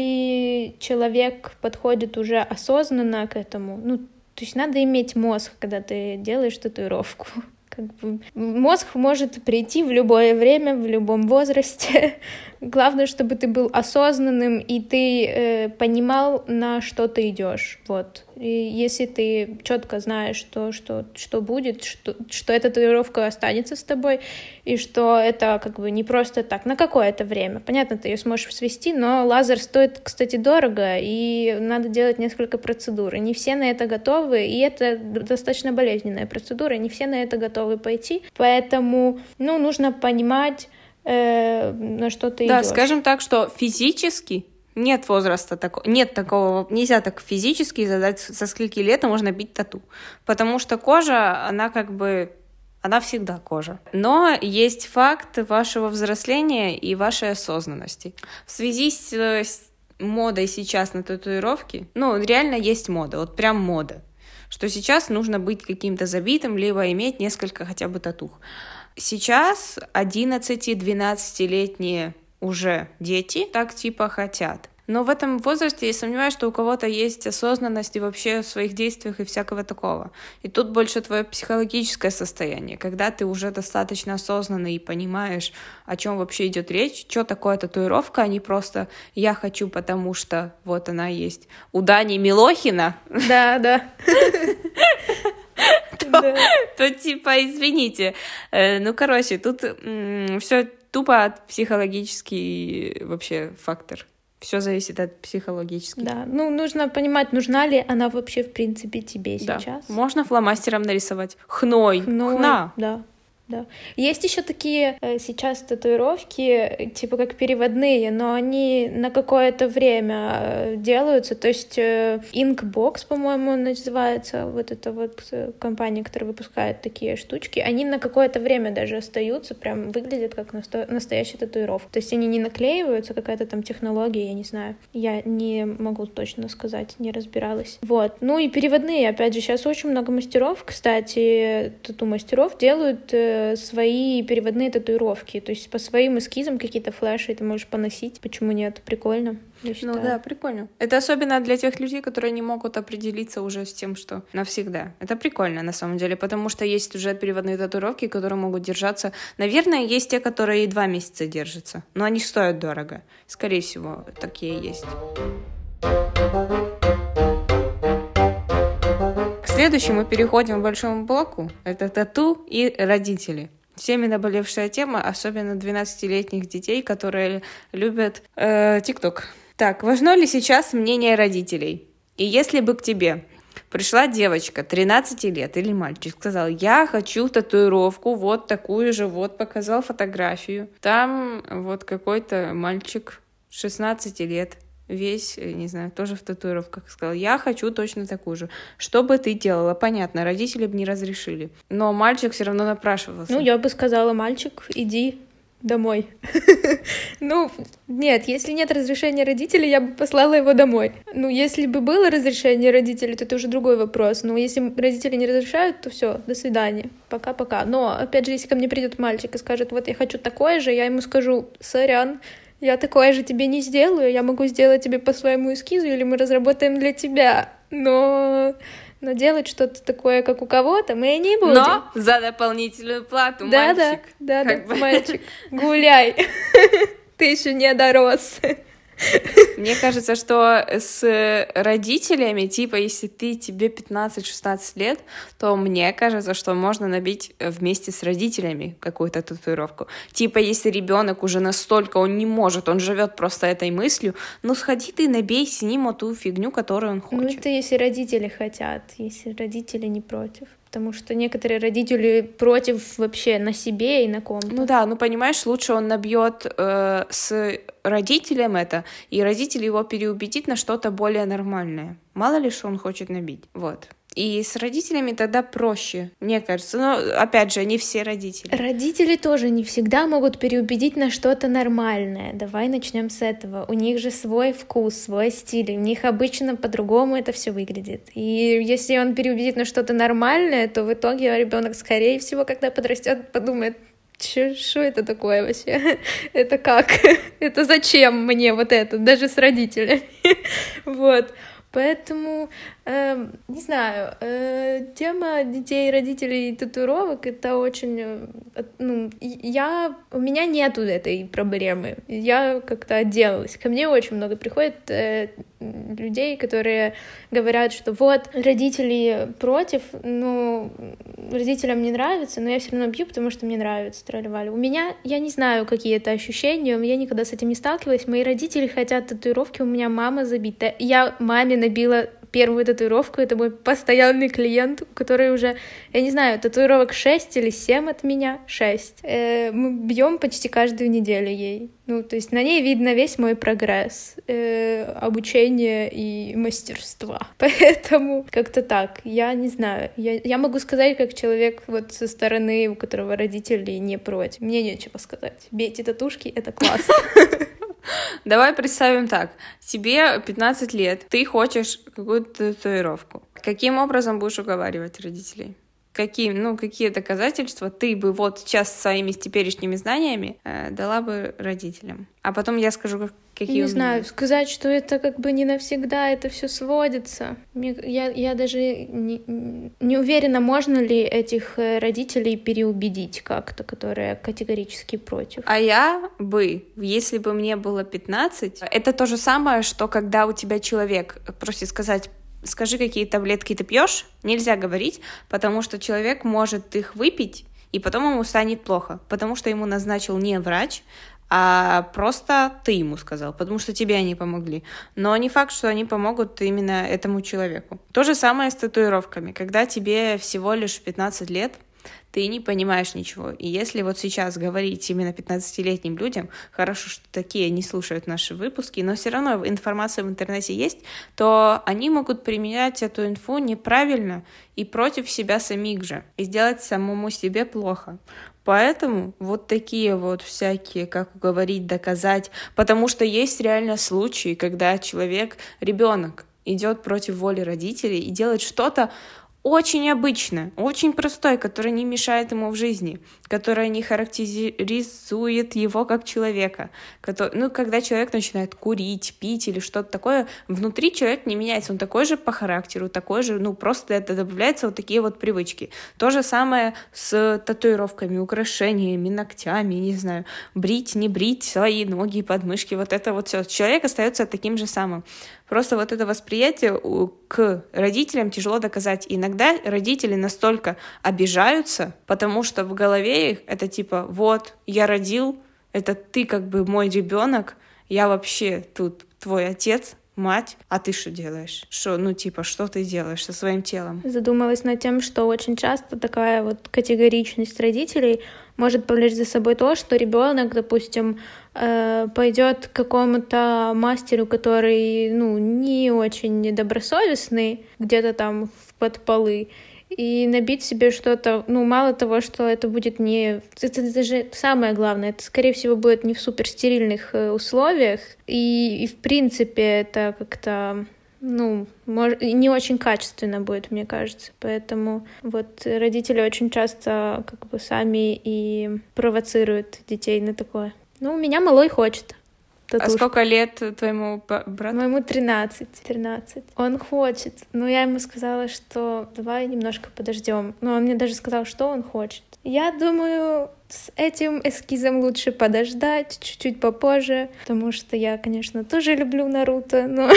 если человек подходит уже осознанно к этому, ну, то есть надо иметь мозг, когда ты делаешь татуировку. Как бы мозг может прийти в любое время, в любом возрасте. Главное, чтобы ты был осознанным, и ты э, понимал, на что ты идешь. Вот. И если ты четко знаешь, что, что, что будет, что, что эта татуировка останется с тобой, и что это как бы не просто так, на какое-то время. Понятно, ты ее сможешь свести, но лазер стоит, кстати, дорого, и надо делать несколько процедур. И не все на это готовы, и это достаточно болезненная процедура, и не все на это готовы пойти. Поэтому, ну, нужно понимать, на что ты да, идешь. Скажем так, что физически нет возраста такого, нет такого, нельзя так физически задать, со скольки лет можно бить тату, потому что кожа, она как бы, она всегда кожа. Но есть факт вашего взросления и вашей осознанности. В связи с, с модой сейчас на татуировки, ну, реально есть мода, вот прям мода, что сейчас нужно быть каким-то забитым, либо иметь несколько хотя бы татух. Сейчас одиннадцати-двенадцатилетние уже дети так типа хотят. Но в этом возрасте я сомневаюсь, что у кого-то есть осознанность и вообще в своих действиях и всякого такого. И тут больше твое психологическое состояние, когда ты уже достаточно осознанный и понимаешь, о чем вообще идет речь, что такое татуировка, а не просто «я хочу, потому что вот она есть». У Дани Милохина. Да, да. То, да. то типа, извините. Э, ну, короче, тут м- все тупо от психологический вообще фактор. Все зависит от психологических. Да, ну, нужно понимать, нужна ли она вообще, в принципе, тебе да. сейчас. Можно фломастером нарисовать. Хной. Хной, хна. Да. Да. Есть еще такие э, сейчас татуировки, типа как переводные, но они на какое-то время э, делаются. То есть э, Inkbox, по-моему, называется, вот эта вот э, компания, которая выпускает такие штучки. Они на какое-то время даже остаются, прям выглядят как насто- настоящая татуировка. То есть они не наклеиваются, какая-то там технология, я не знаю. Я не могу точно сказать, не разбиралась. Вот. Ну и переводные, опять же, сейчас очень много мастеров, кстати, тату-мастеров делают э, свои переводные татуировки, то есть по своим эскизам какие-то флеши ты можешь поносить. Почему нет? Прикольно, я считаю. Ну да, прикольно. Это особенно для тех людей, которые не могут определиться уже с тем, что навсегда. Это прикольно на самом деле, потому что есть уже переводные татуировки, которые могут держаться. Наверное, есть те, которые и два месяца держатся, но они стоят дорого. Скорее всего, такие есть. К следующему переходим к большому блоку. Это тату и родители. Всеми наболевшая тема, особенно двенадцатилетних детей, которые любят э, ТикТок. Так, важно ли сейчас мнение родителей? И если бы к тебе пришла девочка тринадцати лет или мальчик, сказал: я хочу татуировку вот такую же, вот показал фотографию. Там вот какой-то мальчик шестнадцати лет, весь, не знаю, тоже в татуировках, сказал: я хочу точно такую же. Что бы ты делала? Понятно, родители бы не разрешили. Но мальчик все равно напрашивался. Ну, я бы сказала: мальчик, иди домой. Ну, нет, если нет разрешения родителей, я бы послала его домой. Ну, если бы было разрешение родителей, то это уже другой вопрос. Но если родители не разрешают, то все, до свидания, пока-пока. Но, опять же, если ко мне придет мальчик и скажет: вот я хочу такое же, я ему скажу: сорян, я такое же тебе не сделаю, я могу сделать тебе по своему эскизу, или мы разработаем для тебя, но, но делать что-то такое, как у кого-то, мы не будем. Но за дополнительную плату, да, мальчик. Да, да, да, мальчик, гуляй, ты еще не дорос. Мне кажется, что с родителями, типа, если ты, тебе пятнадцать-шестнадцать лет, то мне кажется, что можно набить вместе с родителями какую-то татуировку. Типа, если ребенок уже настолько, он не может, он живет просто этой мыслью, ну сходи ты, набей с ним ту фигню, которую он хочет. Ну это если родители хотят, если родители не против. Потому что некоторые родители против вообще на себе и на ком-то. Ну да, ну понимаешь, лучше он набьет э, с родителем это, и родитель его переубедит на что-то более нормальное. Мало ли, что он хочет набить. Вот. И с родителями тогда проще, мне кажется. Но, опять же, не все родители. Родители тоже не всегда могут переубедить на что-то нормальное. Давай начнем с этого. У них же свой вкус, свой стиль. У них обычно по-другому это все выглядит. И если он переубедит на что-то нормальное, то в итоге ребенок, скорее всего, когда подрастет, подумает: что это такое вообще? Это как? Это зачем мне вот это? Даже с родителями. Вот. Поэтому Э, не знаю, э, тема детей, родителей и татуировок — это очень... Э, ну, я... У меня нету этой проблемы. Я как-то отделалась. Ко мне очень много приходит э, людей, которые говорят, что вот, родители против, ну, родителям не нравится, но я все равно бью, потому что мне нравится, трали-вали. У меня, я не знаю, какие это ощущения, я никогда с этим не сталкивалась. Мои родители хотят татуировки, у меня мама забита. Я маме набила первую татуировку, это мой постоянный клиент, который уже, я не знаю, татуировок шесть или семь от меня, шесть. Э, мы бьем почти каждую неделю ей. Ну, то есть на ней видно весь мой прогресс, э, обучение и мастерства. Поэтому как-то так, я не знаю. Я, я могу сказать, как человек вот со стороны, у которого родители не против. Мне нечего сказать. Бейте татушки, это классно. Давай представим так. Тебе пятнадцать лет, ты хочешь какую-то татуировку. Каким образом будешь уговаривать родителей? Какие, ну, какие доказательства ты бы вот сейчас своими теперешними знаниями э, дала бы родителям? А потом я скажу, как, какие не у меня. знаю, сказать, что это как бы не навсегда, это все сводится. Мне, я, я даже не, не уверена, можно ли этих родителей переубедить как-то, которые категорически против. А я бы, если бы мне было пятнадцать, это то же самое, что когда у тебя человек просит сказать: скажи, какие таблетки ты пьешь, нельзя говорить, потому что человек может их выпить, и потом ему станет плохо, потому что ему назначил не врач, а просто ты ему сказал, потому что тебе они помогли. Но не факт, что они помогут именно этому человеку. То же самое с татуировками. Когда тебе всего лишь пятнадцать лет, ты не понимаешь ничего. И если вот сейчас говорить именно пятнадцатилетним людям, хорошо, что такие не слушают наши выпуски, но все равно информация в интернете есть, то они могут применять эту инфу неправильно и против себя самих же, и сделать самому себе плохо. Поэтому вот такие вот всякие, как уговорить, доказать, потому что есть реально случаи, когда человек, ребенок, идет против воли родителей и делает что-то очень обычное, очень простое, которое не мешает ему в жизни, которое не характеризует его как человека. Который, ну, когда человек начинает курить, пить или что-то такое, внутри человек не меняется, он такой же по характеру, такой же, ну, просто это добавляются вот такие вот привычки. То же самое с татуировками, украшениями, ногтями, не знаю, брить, не брить свои ноги, подмышки, вот это вот все. Человек остается таким же самым. Просто вот это восприятие к родителям тяжело доказать. Иногда родители настолько обижаются, потому что в голове их это типа: вот, я родил, это ты как бы мой ребенок, я вообще тут твой отец, мать, а ты что делаешь? Что, ну типа, что ты делаешь со своим телом? Задумалась над тем, что очень часто такая вот категоричность родителей может повлечь за собой то, что ребенок, допустим, пойдет к какому-то мастеру, который, ну, не очень недобросовестный, где-то там под полы, и набить себе что-то, ну, мало того, что это будет не... Это даже самое главное, это, скорее всего, будет не в суперстерильных условиях, и, и в принципе, это как-то... ну, мож... не очень качественно будет, мне кажется. Поэтому вот родители очень часто как бы сами и провоцируют детей на такое. Ну, у меня малой хочет татушку. А сколько лет твоему брату? Моему тринадцать. тринадцать. Он хочет. Но я ему сказала, что давай немножко подождем. Но он мне даже сказал, что он хочет. Я думаю, с этим эскизом лучше подождать чуть-чуть попозже, потому что я, конечно, тоже люблю Наруто, но...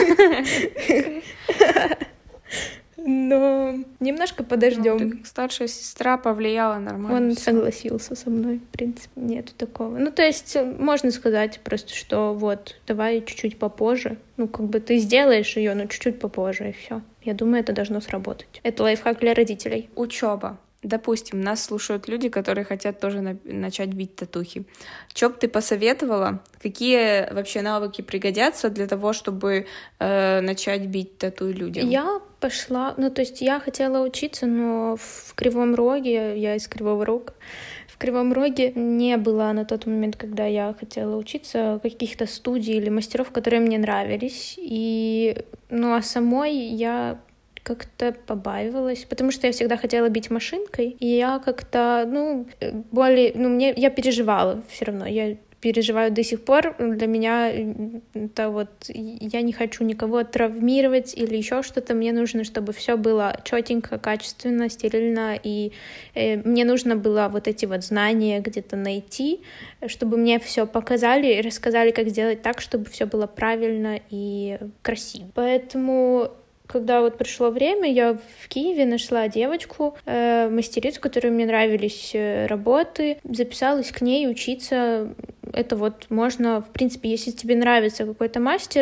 Но немножко подождем. Ну, старшая сестра повлияла нормально. Он все. Согласился со мной, в принципе, нету такого. Ну, то есть, можно сказать просто, что вот, давай чуть-чуть попозже. Ну, как бы ты сделаешь ее, но чуть-чуть попозже, и все. Я думаю, это должно сработать. Это лайфхак для родителей. Учеба. Допустим, нас слушают люди, которые хотят тоже на- начать бить татухи. Что бы ты посоветовала? Какие вообще навыки пригодятся для того, чтобы э, начать бить тату людям? Я пошла... Ну, то есть я хотела учиться, но в Кривом Роге, я из Кривого Рога, в Кривом Роге не было на тот момент, когда я хотела учиться, каких-то студий или мастеров, которые мне нравились. И... Ну, а самой я... как-то побаивалась, потому что я всегда хотела бить машинкой, и я как-то, ну, более, ну, мне, я переживала все равно, я переживаю до сих пор. Для меня это вот я не хочу никого травмировать или еще что-то. Мне нужно, чтобы все было четенько, качественно, стерильно, и э, мне нужно было вот эти вот знания где-то найти, чтобы мне все показали и рассказали, как сделать так, чтобы все было правильно и красиво. Поэтому когда вот пришло время, я в Киеве нашла девочку, э, мастерицу, которой мне нравились работы, записалась к ней учиться. Это вот можно, в принципе, если тебе нравится какой-то мастер,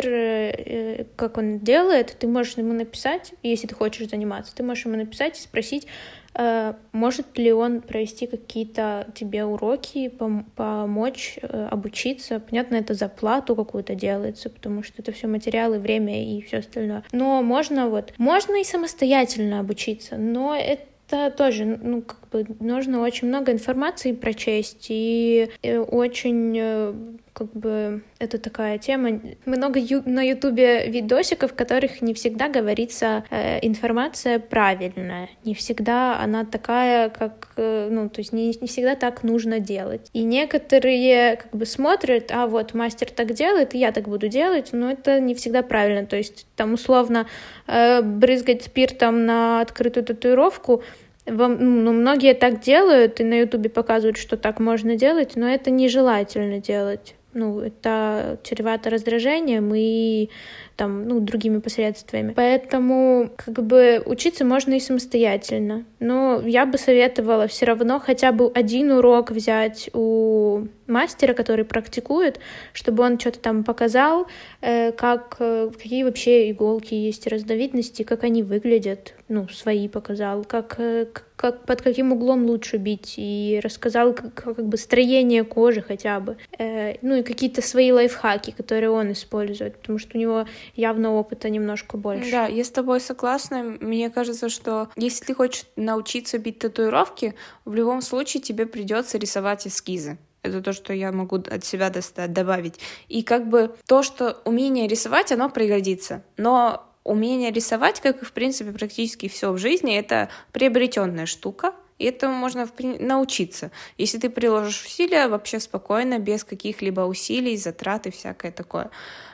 э, как он делает, ты можешь ему написать, если ты хочешь заниматься, ты можешь ему написать и спросить, э, может ли он провести какие-то тебе уроки, пом- помочь э, обучиться. Понятно, это за плату какую-то делается, потому что это все материалы, время и все остальное. Но можно вот, можно и самостоятельно обучиться, но это это тоже, ну, как бы нужно очень много информации прочесть, и, и очень, как бы, это такая тема. Много ю- на Ютубе видосиков, в которых не всегда говорится э, информация правильная, не всегда она такая, как, э, ну, то есть не, не всегда так нужно делать. И некоторые, как бы, смотрят, а вот мастер так делает, и я так буду делать, но это не всегда правильно, то есть там условно э, брызгать спиртом на открытую татуировку. Ну, многие так делают, и на Ютубе показывают, что так можно делать, но это нежелательно делать. Ну, это чревато раздражением и там, ну, другими последствиями. Поэтому, как бы, учиться можно и самостоятельно. Но я бы советовала все равно хотя бы один урок взять у мастера, который практикует, чтобы он что-то там показал, э, как, э, какие вообще иголки есть разновидности, как они выглядят, ну, свои показал, как, э, как, под каким углом лучше бить, и рассказал как, как бы строение кожи хотя бы, э, ну и какие-то свои лайфхаки, которые он использует, потому что у него явно опыта немножко больше. Да, я с тобой согласна. Мне кажется, что если ты хочешь научиться бить татуировки, в любом случае тебе придется рисовать эскизы. Это то, что я могу от себя достать, добавить. И как бы то, что умение рисовать, оно пригодится. Но умение рисовать, как и в принципе практически все в жизни, это приобретенная штука. И этому можно научиться. Если ты приложишь усилия, вообще спокойно, без каких-либо усилий, затрат и всякое такое.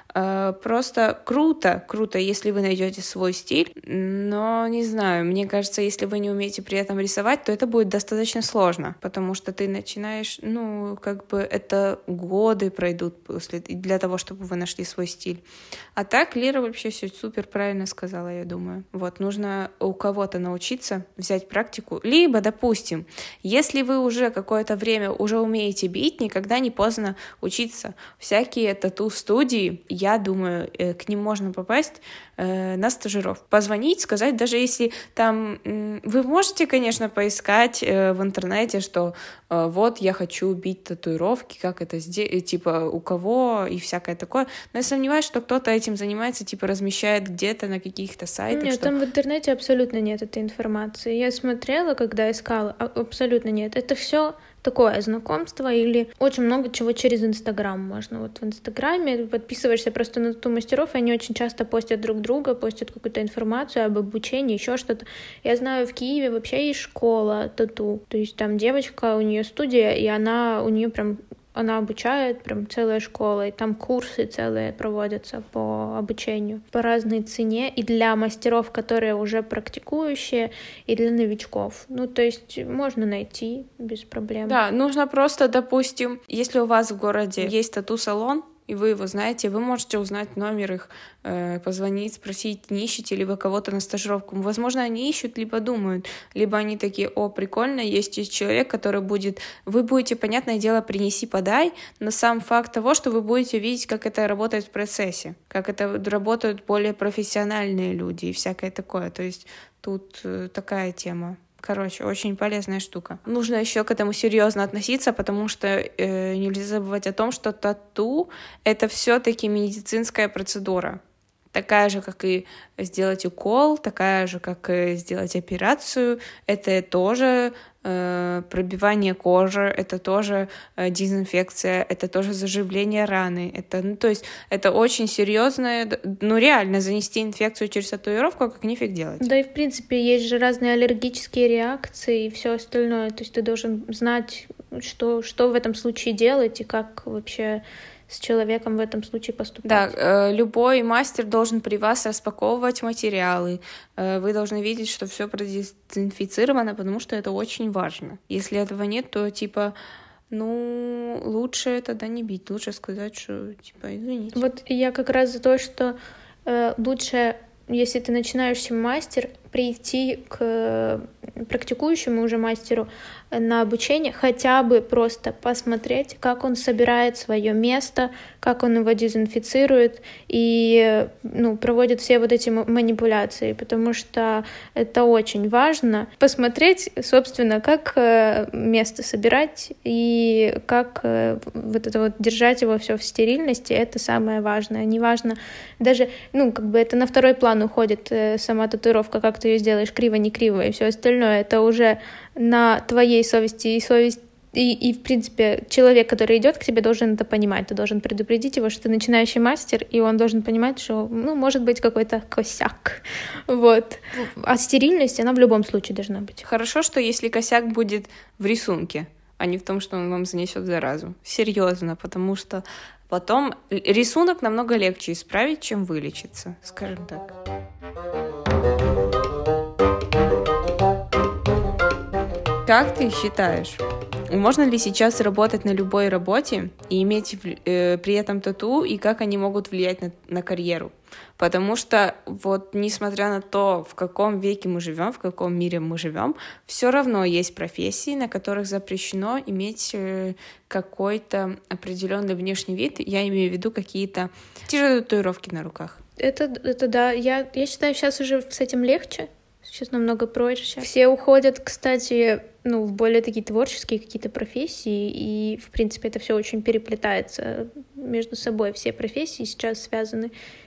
Просто круто, круто, если вы найдете свой стиль, но не знаю, мне кажется, если вы не умеете при этом рисовать, то это будет достаточно сложно, потому что ты начинаешь, ну, как бы это годы пройдут после для того, чтобы вы нашли свой стиль. А так Лира вообще все супер правильно сказала, я думаю. Вот, нужно у кого-то научиться, взять практику, либо, допустим, если вы уже какое-то время уже умеете бить, никогда не поздно учиться. Всякие тату-студии, я думаю, к ним можно попасть э, на стажировку. Позвонить, сказать, даже если там... Э, вы можете, конечно, поискать э, в интернете, что э, вот я хочу бить татуировки, как это сделать, типа у кого и всякое такое. Но я сомневаюсь, что кто-то этим занимается, типа размещает где-то на каких-то сайтах. Нет, что... там в интернете абсолютно нет этой информации. Я смотрела, когда искала, абсолютно нет. Это все такое знакомство или очень много чего через Инстаграм можно. Вот в Инстаграме подписываешься просто на тату-мастеров, и они очень часто постят друг друга, постят какую-то информацию об обучении, еще что-то. Я знаю, в Киеве вообще есть школа тату, то есть там девочка, у нее студия, и она, у нее прям она обучает, прям целая школа, и там курсы целые проводятся по обучению по разной цене и для мастеров, которые уже практикующие, и для новичков. Ну, то есть можно найти без проблем. Да, нужно просто, допустим, если у вас в городе есть тату-салон, и вы его знаете, вы можете узнать номер их, э, позвонить, спросить, не ищете ли вы кого-то на стажировку. Возможно, они ищут, либо думают, либо они такие, о, прикольно, есть, есть человек, который будет... Вы будете, понятное дело, принеси-подай, но сам факт того, что вы будете видеть, как это работает в процессе, как это работают более профессиональные люди и всякое такое. То есть тут э, такая тема. Короче, очень полезная штука. Нужно еще к этому серьезно относиться, потому что э, нельзя забывать о том, что тату — это все-таки медицинская процедура. Такая же, как и сделать укол, такая же, как и сделать операцию. Это тоже э, пробивание кожи, это тоже э, дезинфекция, это тоже заживление раны. Это, ну, то есть это очень серьезное, ну реально занести инфекцию через татуировку, как нифиг делать. Да и в принципе есть же разные аллергические реакции и все остальное. То есть ты должен знать, что, что в этом случае делать и как вообще с человеком в этом случае поступать. Да, э, любой мастер должен при вас распаковывать материалы. Э, вы должны видеть, что все продезинфицировано, потому что это очень важно. Если этого нет, то типа, ну, лучше тогда не бить, лучше сказать, что типа, извините. Вот я как раз за то, что э, лучше, если ты начинающий мастер, прийти к практикующему уже мастеру на обучение, хотя бы просто посмотреть, как он собирает свое место, как он его дезинфицирует и ну, проводит все вот эти манипуляции, потому что это очень важно. Посмотреть, собственно, как место собирать и как вот это вот держать его все в стерильности, это самое важное. Неважно, даже, ну, как бы это на второй план уходит сама татуировка, как ты ее сделаешь криво, не криво, и все остальное, это уже на твоей совести и совесть. И, и, в принципе, человек, который идет к тебе, должен это понимать. Ты должен предупредить его, что ты начинающий мастер, и он должен понимать, что, ну, может быть, какой-то косяк. Вот. А стерильность, она в любом случае должна быть. Хорошо, что если косяк будет в рисунке, а не в том, что он вам занесет заразу. Серьезно, потому что потом рисунок намного легче исправить, чем вылечиться, скажем так. Как ты считаешь, можно ли сейчас работать на любой работе и иметь э, при этом тату, и как они могут влиять на, на карьеру? Потому что вот несмотря на то, в каком веке мы живем, в каком мире мы живем, все равно есть профессии, на которых запрещено иметь э, какой-то определенный внешний вид. Я имею в виду какие-то те же татуировки на руках. Это, это да, я, я считаю, сейчас уже с этим легче. Сейчас намного проще. Все уходят, кстати, ну, в более такие творческие какие-то профессии, и, в принципе, это все очень переплетается между собой. Все профессии сейчас связаны.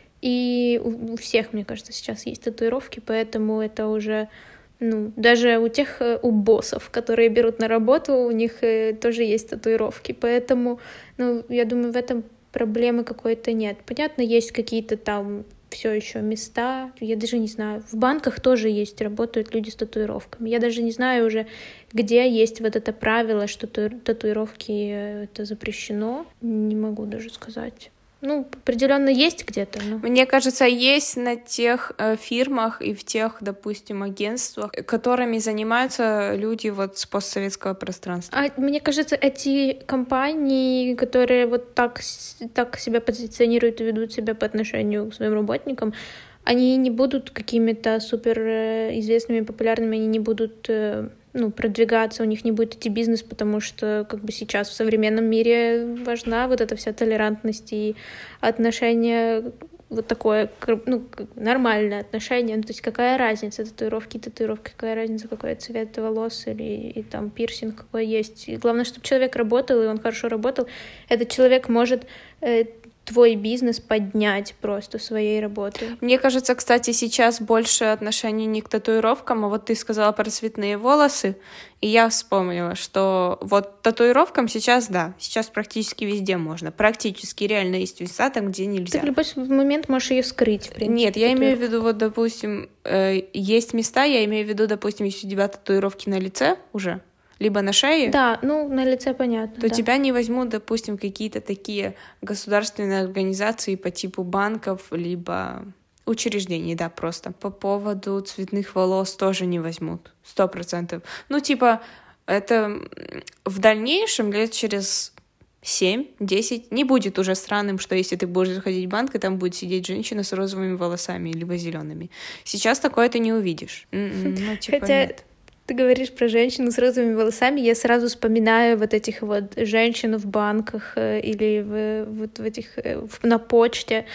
И у, у всех, мне кажется, сейчас есть татуировки, поэтому это уже, ну, даже у тех, у боссов, которые берут на работу, у них тоже есть татуировки. Поэтому, ну, я думаю, в этом проблемы какой-то нет. Понятно, есть какие-то там все еще места, я даже не знаю, в банках тоже есть, работают люди с татуировками. Я даже не знаю уже, где есть вот это правило, что татуировки это запрещено. Не могу даже сказать. Ну, определенно есть где-то. Но... Мне кажется, есть на тех э, фирмах и в тех, допустим, агентствах, которыми занимаются люди вот с постсоветского пространства. А мне кажется, эти компании, которые вот так, так себя позиционируют и ведут себя по отношению к своим работникам, они не будут какими-то супер известными, популярными, они не будут... ну, продвигаться, у них не будет идти бизнес, потому что как бы сейчас в современном мире важна вот эта вся толерантность и отношение вот такое, ну, нормальное отношение. Ну, то есть какая разница, татуировки, татуировки, какая разница, какой цвет волос или и там пирсинг какой есть. И главное, чтобы человек работал, и он хорошо работал. Этот человек может э, твой бизнес поднять просто своей работой. Мне кажется, кстати, сейчас больше отношений не к татуировкам, а вот ты сказала про цветные волосы, и я вспомнила, что вот татуировкам сейчас, да, сейчас практически везде можно. Практически реально есть места там, где нельзя. Ты в любой момент можешь ее скрыть, в принципе. Нет, я имею в виду, вот, допустим, э, есть места, я имею в виду, допустим, если у тебя татуировки на лице уже, либо на шее, да, ну, на лице понятно, то да. тебя не возьмут, допустим, какие-то такие государственные организации по типу банков, либо учреждений, да, просто. По поводу цветных волос тоже не возьмут, сто процентов. Ну, типа, это в дальнейшем, лет через семь-десять, не будет уже странным, что если ты будешь заходить в банк, и там будет сидеть женщина с розовыми волосами, либо зелеными. Сейчас такое ты не увидишь. Ну, типа, Хотя... нет. Ты говоришь про женщину с розовыми волосами, я сразу вспоминаю вот этих вот женщин в банках э, или в, вот в этих, э, в, на почте,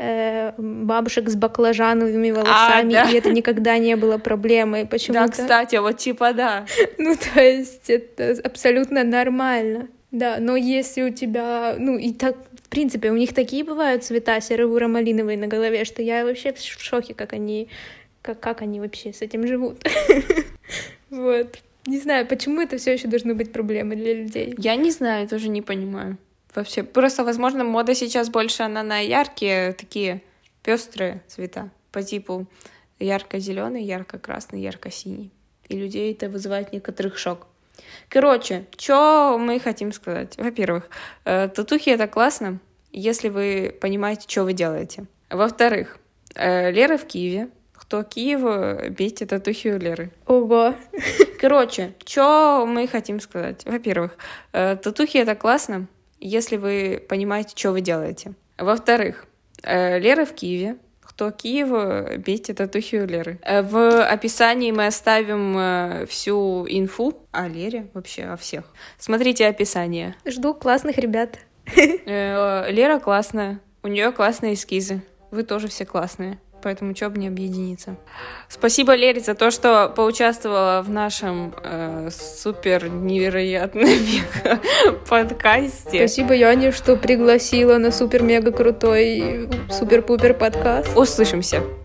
э, бабушек с баклажановыми волосами, а, да. И это никогда не было проблемой почему-то. Да, кстати, вот типа да. Ну, то есть это абсолютно нормально. Да, но если у тебя, ну, и так, в принципе, у них такие бывают цвета серо-буро-малиновые на голове, что я вообще в шоке, как они, как, как они вообще с этим живут. Вот. Не знаю, почему это все еще должно быть проблемой для людей. Я не знаю, тоже не понимаю. Вообще, просто, возможно, мода сейчас больше, она на яркие, такие пестрые цвета, по типу ярко-зеленый, ярко-красный, ярко-синий. И людей это вызывает некоторых шок. Короче, что мы хотим сказать? Во-первых, э, татухи — это классно, если вы понимаете, что вы делаете. Во-вторых, э, Лера в Киеве. Кто Киев, бейте татухи у Леры. Ого. Короче, что мы хотим сказать? Во-первых, э, татухи — это классно, если вы понимаете, что вы делаете. Во-вторых, э, Лера в Киеве. Кто Киев, бейте татухи у Леры. Э, в описании мы оставим э, всю инфу о Лере, вообще о всех. Смотрите описание. Жду классных ребят. Э, Лера классная, у нее классные эскизы. Вы тоже все классные. Поэтому чё бы не объединиться. Спасибо Лере за то, что поучаствовала в нашем э, супер невероятном подкасте. Спасибо Яне, что пригласила на супер-мега крутой супер-пупер подкаст. Услышимся.